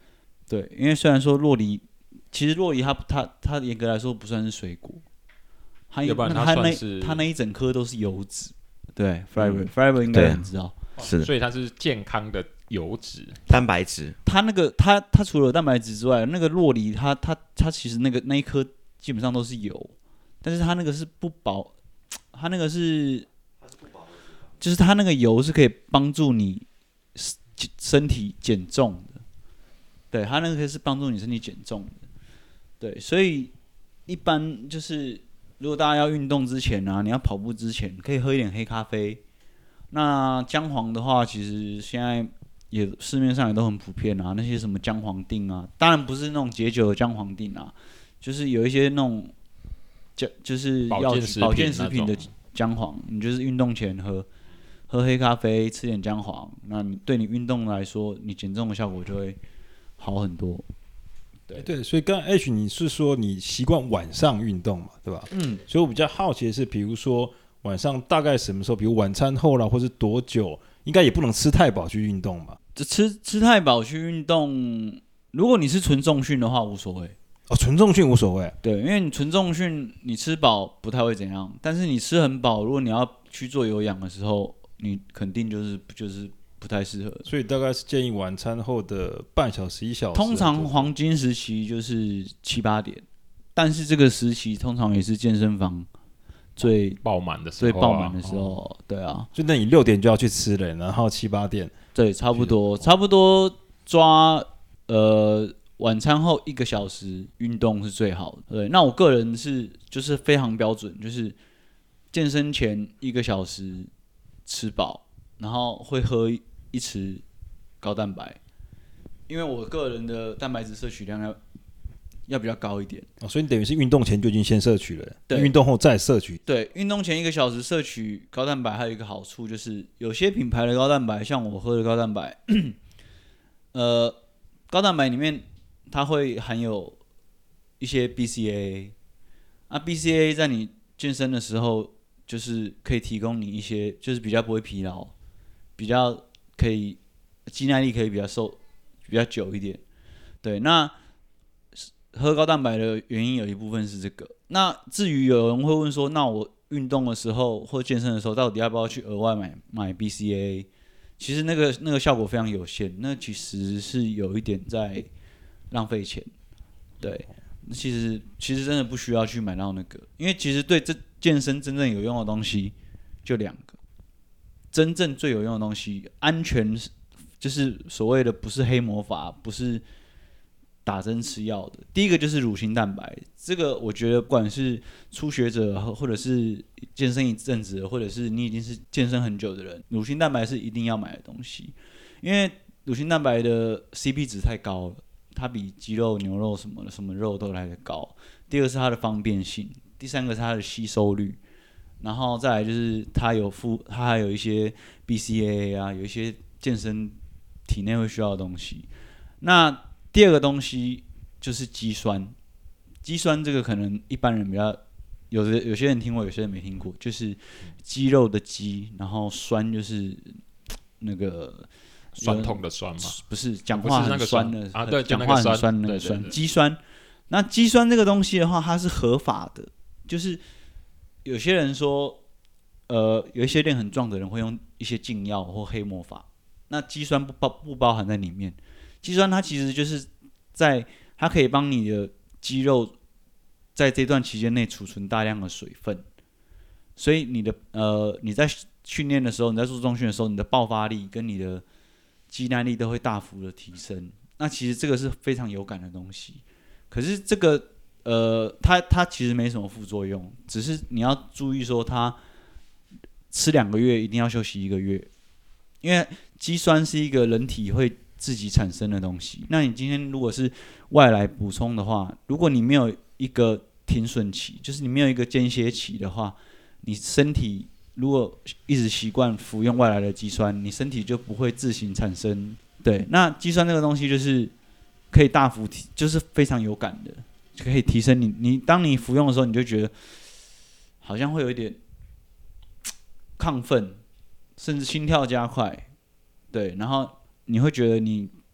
对，因为虽然说酪梨，其实酪梨它它它严格来说不算是水果，它要不然它它算是那它那一整颗都是油脂。对 ，fiber、嗯、fiber 应对该很知道， 是的， 所以它是健康的油脂、 蛋白质。 它那个它它除了有蛋白质之外，那个酪梨它它它其实那个那一颗基本上都是油，但是它那个是不饱，它那个是，就是它那个油是可以帮助你身体减重的，对，它那个是帮助你身体减重的，对，所以一般就是。如果大家要运动之前啊，你要跑步之前，可以喝一点黑咖啡。那姜黄的话，其实现在也市面上也都很普遍啊，那些什么姜黄锭啊，当然不是那种解酒的姜黄锭啊，就是有一些那种，就是要保健食品的姜黄，你就是运动前喝，喝黑咖啡，吃点姜黄，那你对你运动来说，你减重的效果就会好很多。 对, 对，所以刚刚 H 你是说你习惯晚上运动嘛，对吧？嗯，所以我比较好奇的是，比如说晚上大概什么时候，比如晚餐后啦，或是多久，应该也不能吃太饱去运动嘛。 吃吃太饱去运动，如果你是纯重训的话，无所谓。 哦，纯重训无所谓。 对，因为你纯重训你吃饱不太会怎样，但是你吃很饱，如果你要去做有氧的时候，你肯定就是就是。不太适合， 所以大概是建议晚餐后的半小时一小时。 通常黄金时期就是七八点，但是这个时期通常也是健身房最爆满的时候、啊， 最爆满的时候，哦、对啊。 就那你六点就要去吃了，然后七八点， 对，差不多，差不多抓呃晚餐后一个小时运动是最好的。对，那我个人是就是非常标准，就是健身前一个小时吃饱，然后会喝一匙高蛋白，因为我个人的蛋白质摄取量要要比较高一点、 哦、所以你等于是运动前就已经先摄取了，对，运动后再摄取。 对，运动前一个小时摄取高蛋白还有一个好处就是，有些品牌的高蛋白，像我喝的高蛋白，呃，高蛋白里面它会含有一些 B C A A， 啊 B C A A 在你健身的时候，就是可以提供你一些，就是比较不会疲劳。比较可以肌耐力可以比较瘦比较久一点，对。那喝高蛋白的原因有一部分是这个。那至于有人会问说，那我运动的时候或健身的时候，到底要不要去额外买买 B C A A？ 其实那个那个效果非常有限，那其实是有一点在浪费钱，对。其实其实真的不需要去买到那个，因为其实对这健身真正有用的东西就两个。真正最有用的东西，安全就是所谓的不是黑魔法，不是打针吃药的。第一个就是乳清蛋白，这个我觉得不管是初学者，或者是健身一阵子，或者是你已经是健身很久的人，乳清蛋白是一定要买的东西，因为乳清蛋白的 C P 值太高了，它比鸡肉、牛肉什么的什么肉都来得高。第二个是它的方便性，第三个是它的吸收率。然后再来就是它有附，它还有一些 B C A A 啊，有一些健身体内会需要的东西。那第二个东西就是肌酸，肌酸这个可能一般人比较有的有些人听过，有些人没听过，就是肌肉的肌，然后酸就是那个酸痛的酸吗？ 不是，讲话很酸的啊，对， 讲话很酸的那个酸，肌酸。那肌酸这个东西的话，它是合法的，就是。有些人说，呃，有一些练很壮的人会用一些禁药或黑魔法，那肌酸不包不包含在里面。肌酸它其实就是在它可以帮你的肌肉在这段期间内储存大量的水分，所以你的呃你在训练的时候，你在做重训的时候，你的爆发力跟你的肌耐力都会大幅的提升。那其实这个是非常有感的东西，可是这个。呃，它它其实没什么副作用，只是你要注意说，它吃两个月一定要休息一个月，因为肌酸是一个人体会自己产生的东西。那你今天如果是外来补充的话，如果你没有一个停损期，就是你没有一个间歇期的话，你身体如果一直习惯服用外来的肌酸，你身体就不会自行产生。对，那肌酸这个东西就是可以大幅提，就是非常有感的。可以提升你，你当你服用的时候，你就觉得好像会有一点亢奋，甚至心跳加快，对，然后你会觉得你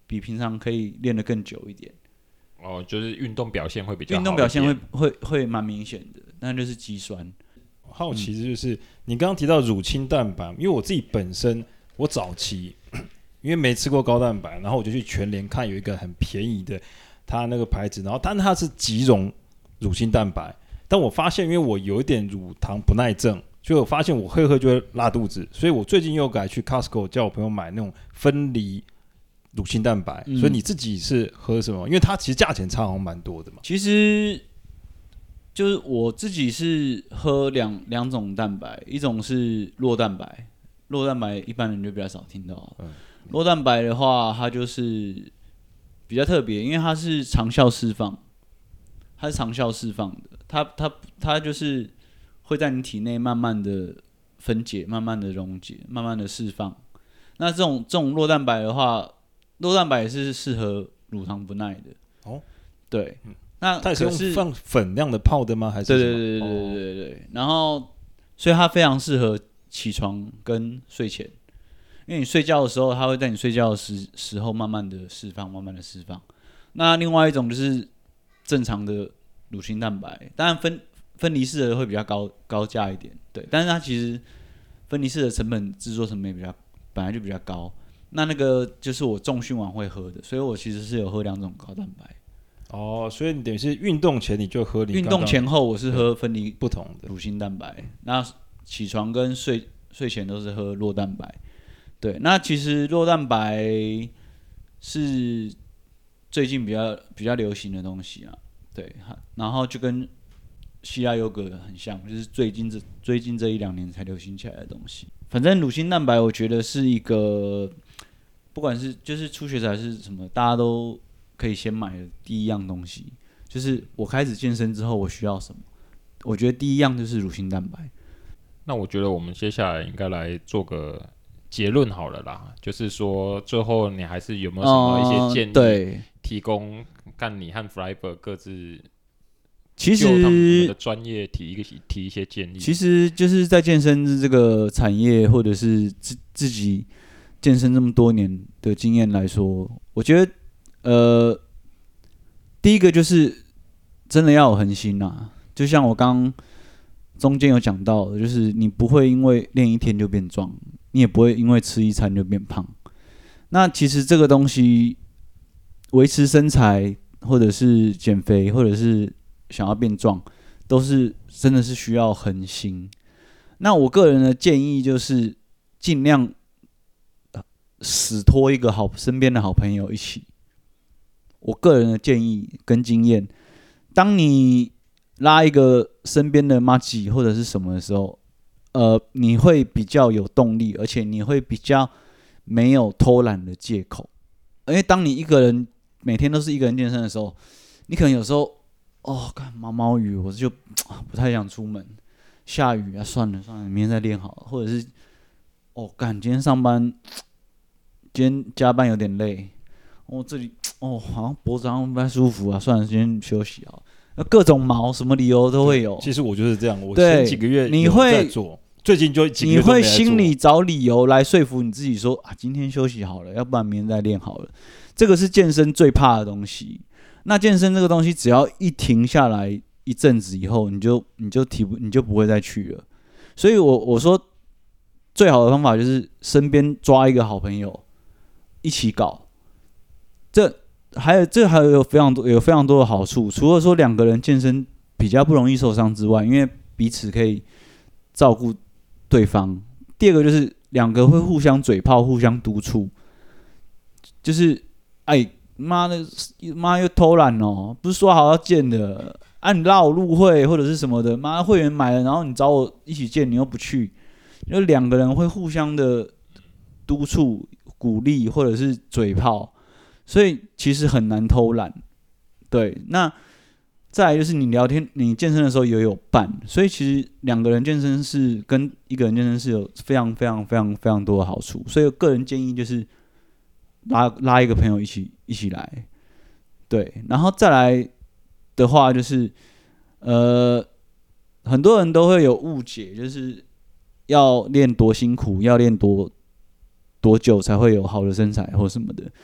比平常可以练得更久一点。 哦，就是运动表现会比较好， 运动表现会会会蛮明显的，那就是肌酸。 好奇的就是、嗯、你刚刚提到乳清蛋白，因为我自己本身我早期因为没吃过高蛋白，然后我就去全联看有一个很便宜的，它那个牌子，然后但它是即溶乳清蛋白，但我发现因为我有一点乳糖不耐症，所以我发现我喝喝就会拉肚子，所以我最近又改去 Costco 叫我朋友买那种分离乳清蛋白、嗯、所以你自己是喝什么？因为它其实价钱差好像蛮多的嘛。 其实就是我自己是喝两两种蛋白，一种是酪蛋白，酪蛋白一般人就比较少听到。嗯，酪蛋白的话，它就是比较特别，因为它是长效释放，它是长效释放的，它它它就是会在你体内慢慢的分解、慢慢的溶解、慢慢的释放。那这种这种酪蛋白的话，酪蛋白也是适合乳糖不耐的。哦，对，嗯、那它也是用放粉量的泡的吗？还是对对对对对对对、哦、然后，所以它非常适合起床跟睡前，因为你睡觉的时候，它会在你睡觉的时时候慢慢的释放，慢慢的释放。那另外一种就是正常的乳清蛋白，当然分分离式的会比较高高价一点，对，但是它其实分离式的成本制作成本也比较本来就比较高。那那个就是我重训完会喝的，所以我其实是有喝两种高蛋白。 哦，所以你等于是运动前你就喝你刚刚， 运动前后我是喝分离不同的乳清蛋白，那起床跟睡睡前都是喝酪蛋白。对，那其实酪蛋白是最近比较比较流行的东西啊，对，然后就跟希腊优格很像，就是最近这最近这一两年才流行起来的东西。反正乳清蛋白，我觉得是一个，不管是就是初学者还是什么，大家都可以先买的第一样东西。就是我开始健身之后，我需要什么？我觉得第一样就是乳清蛋白。 那我觉得我们接下来应该来做个结论好了啦，就是说最后你还是有没有什么一些建议， 对， 提供干你和 Flyber 各自。 其实就他们的专业提一个提一些建议， 其实就是在健身这个产业，或者是自自己健身这么多年的经验来说，我觉得呃，第一个就是真的要有恒心啊。就像我刚中间有讲到的，就是你不会因为练一天就变壮，你也不会因为吃一餐就变胖。那其实这个东西，维持身材，或者是减肥，或者是想要变壮，都是真的是需要恒心。那我个人的建议就是尽量死拖一个好身边的好朋友一起。我个人的建议跟经验，当你拉一个身边的麻吉或者是什么的时候，呃，你会比较有动力，而且你会比较没有偷懒的借口。因为当你一个人每天都是一个人健身的时候，你可能有时候哦，看毛毛雨，我就不太想出门。下雨啊，算了算了，明天再练好了。或者是哦，干今天上班，今天加班有点累，哦这里哦好像脖子好像不太舒服啊，算了，今天休息好了。各种毛什么理由都会有。 其实我就是这样，我前几个月有在做，最近就几个月你会心里找理由来说服你自己说啊，今天休息好了，要不然明天再练好了。这个是健身最怕的东西。那健身这个东西，只要一停下来一阵子以后，你就你就提不你就不会再去了。所以我我说最好的方法就是身边抓一个好朋友一起搞。这还有这还有非常多有非常多的好处，除了说两个人健身比较不容易受伤之外，因为彼此可以照顾对方。第二个就是两个会互相嘴炮、互相督促，就是哎。妈的，妈又偷懒哦！不是说好要健的，啊你拉我入会或者是什么的，妈会员买了，然后你找我一起健，你又不去，就两个人会互相的督促、鼓励或者是嘴炮，所以其实很难偷懒。对，那再来就是你聊天、你健身的时候也有伴，所以其实两个人健身是跟一个人健身是有非常非常非常非常多的好处，所以我个人建议就是。拉拉一个朋友一起一起来，对，然后再来的话就是，呃，很多人都会有误解，就是要练多辛苦，要练多多久才会有好的身材或什么的。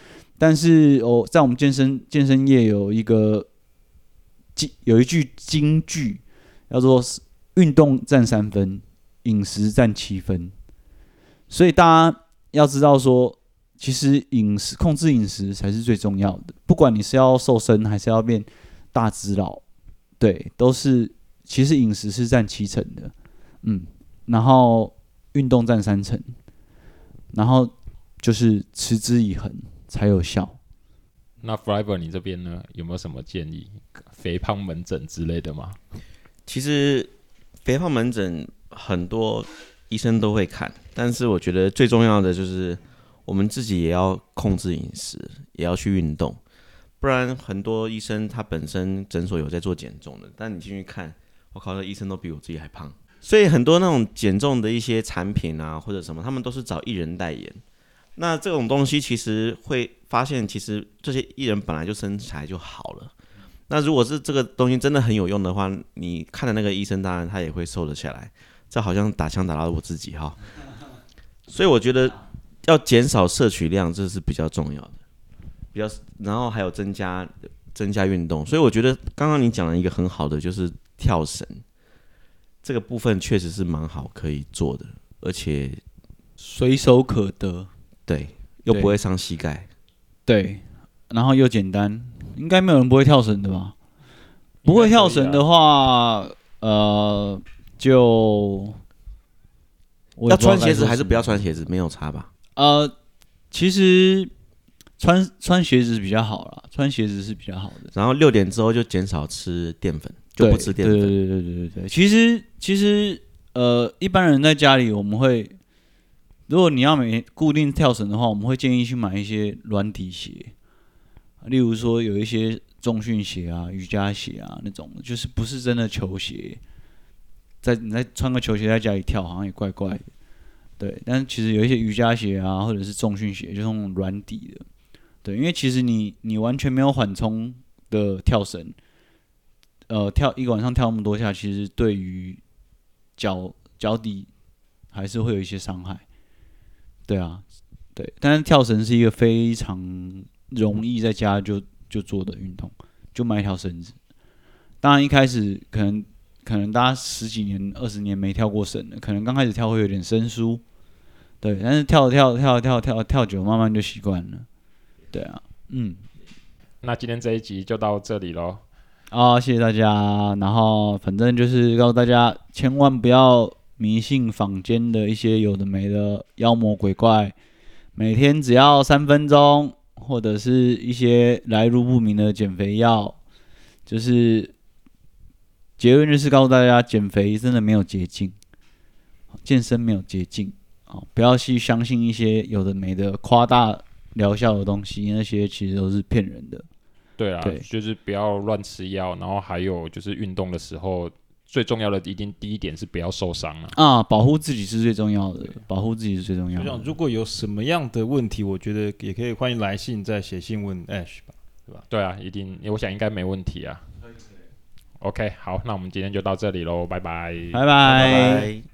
但是哦，在我们健身健身业有一个有一句金句，叫做“运动占三分，饮食占七分”。所以大家要知道说，其实饮食控制饮食才是最重要的。不管你是要瘦身还是要变大只佬，对，都是其实饮食是占七成的，嗯，然后运动占三成，然后就是持之以恒才有效。 那 Flyber 你这边呢，有没有什么建议？肥胖门诊之类的吗？ 其实肥胖门诊很多医生都会看，但是我觉得最重要的就是我们自己也要控制饮食，也要去运动，不然很多医生他本身诊所有在做减重的，但你进去看，我靠，那医生都比我自己还胖。所以很多那种减重的一些产品啊，或者什么，他们都是找艺人代言。那这种东西其实会发现，其实这些艺人本来就身材就好了。那如果是这个东西真的很有用的话，你看的那个医生，当然他也会瘦得下来。这好像打枪打到我自己哈。所以我觉得要减少摄取量，这是比较重要的。比较，然后还有增加增加运动。所以我觉得刚刚你讲了一个很好的，就是跳绳这个部分确实是蛮好可以做的，而且随手可得。 对，又不会伤膝盖。 对，然后又简单，应该没有人不会跳绳的吧？不会跳绳的话，呃，就要穿鞋子还是不要穿鞋子，没有差吧？ 呃，其实穿穿鞋子比较好啦，穿鞋子是比较好的。 然后六点之后就减少吃淀粉，就不吃淀粉。 对对对对对对。其实其实呃，一般人在家里我们会。如果你要每固定跳绳的话，我们会建议去买一些软底鞋，例如说有一些重训鞋啊、瑜伽鞋啊那种，就是不是真的球鞋。在你再穿个球鞋在家里跳，好像也怪怪的。对，但是其实有一些瑜伽鞋啊，或者是重训鞋，就是那种软底的。对，因为其实你你完全没有缓冲的跳绳，呃，跳一个晚上跳那么多下，其实对于脚脚底还是会有一些伤害。对啊，对，但是跳绳是一个非常容易在家就就做的运动，就买一条绳子。当然一开始可能可能大家十几年、二十年没跳过绳了，可能刚开始跳会有点生疏，对，但是跳跳跳跳跳跳久，慢慢就习惯了。对啊，嗯。 那今天这一集就到这里咯。 啊、哦，谢谢大家。然后反正就是告诉大家，千万不要迷信坊间的一些有的没的妖魔鬼怪，每天只要三分钟，或者是一些来路不明的减肥药，就是结论就是告诉大家，减肥真的没有捷径，健身没有捷径，不要去相信一些有的没的夸大疗效的东西，那些其实都是骗人的。 对啊，对，就是不要乱吃药，然后还有就是运动的时候。最重要的一定第一点是不要受伤啊！ 啊，保护自己是最重要的，保护自己是最重要的。 就像如果有什么样的问题，我觉得也可以欢迎来信再写信问 Ash 吧，对吧？ 对啊，一定，我想应该没问题啊。OK， 好，那我们今天就到这里喽，拜拜， 拜拜。 拜拜。